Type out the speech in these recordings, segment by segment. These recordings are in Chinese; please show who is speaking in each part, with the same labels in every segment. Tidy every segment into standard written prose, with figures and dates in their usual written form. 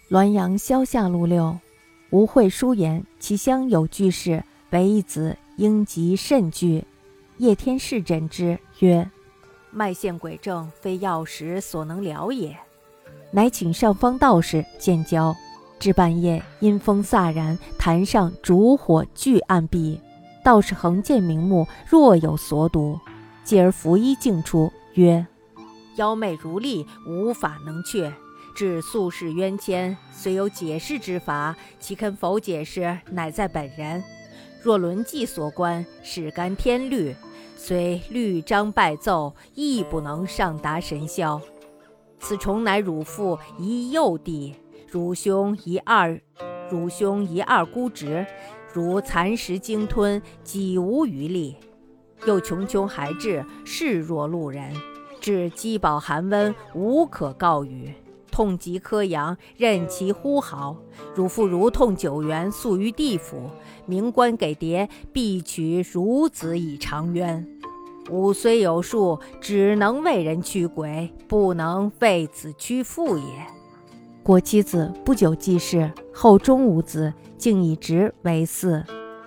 Speaker 1: 滦阳萧下路6，吴会书言，其乡有巨士，为一子，应即甚惧。叶天士诊之，曰：脉现鬼症，非药石所能疗也。乃请上方道士见教。至半夜，阴风飒然，坛上烛火俱暗闭。道士横见明目，若有所睹，继而拂衣径出，曰：妖媚如厉，无法能却。至宿世冤愆，虽有解释之法，其肯否解释，乃在本人。若轮纪所观，是干天律，虽律章拜奏，亦不能上达神效。此虫乃汝父一幼弟，汝兄一二姑侄，如蚕食鲸吞，几无余力。又穷穷还至，视若路人，至饥饱寒温，无可告语。痛疾科阳，任其呼号。汝父如痛9元，诉于地府，明官给牒，必取孺子以偿冤。吾虽有术，只能为人驱鬼，不能为子驱父也。果其子不久即逝，后终无子，竟以侄为嗣。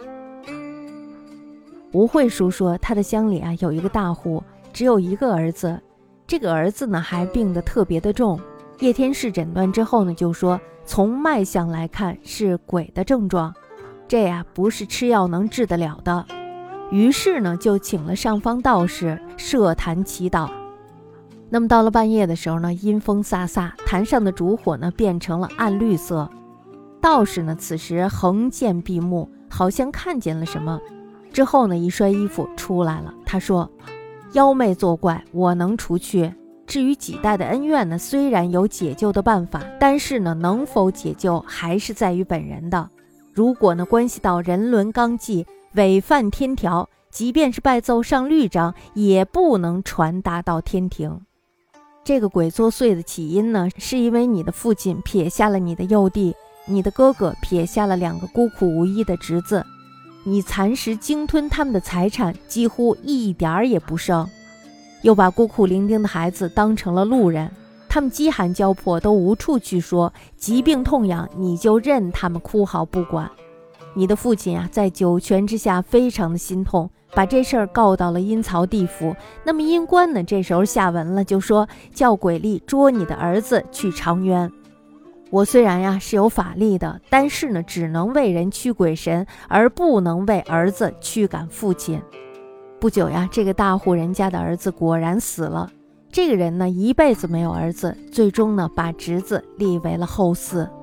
Speaker 1: 吴会书说，他的乡里有一个大户，只有一个儿子，这个儿子呢还病得特别的重。叶天士诊断之后呢，就说从脉象来看是鬼的症状，这不是吃药能治得了的。于是呢，就请了上方道士设坛祈祷。那么到了半夜的时候呢，阴风飒飒，坛上的烛火呢变成了暗绿色。道士呢此时横见闭目，好像看见了什么，之后呢一摔衣服出来了。他说：妖媚作怪，我能除去。至于几代的恩怨呢，虽然有解救的办法，但是呢能否解救还是在于本人的。如果呢关系到人伦纲纪，违犯天条，即便是拜奏上律章，也不能传达到天庭。这个鬼作祟的起因呢，是因为你的父亲撇下了你的幼弟，你的哥哥撇下了2个孤苦无依的侄子，你蚕食鲸吞他们的财产，几乎一点也不剩，又把孤苦伶仃的孩子当成了路人，他们饥寒交迫，都无处去说，疾病痛痒，你就任他们哭嚎不管。你的父亲在九泉之下非常的心痛，把这事儿告到了阴曹地府。那么阴官呢，这时候下文了，就说叫鬼吏捉你的儿子去偿冤。我虽然是有法力的，但是呢，只能为人驱鬼神，而不能为儿子驱赶父亲。不久这个大户人家的儿子果然死了。这个人呢，一辈子没有儿子，最终呢，把侄子立为了后嗣。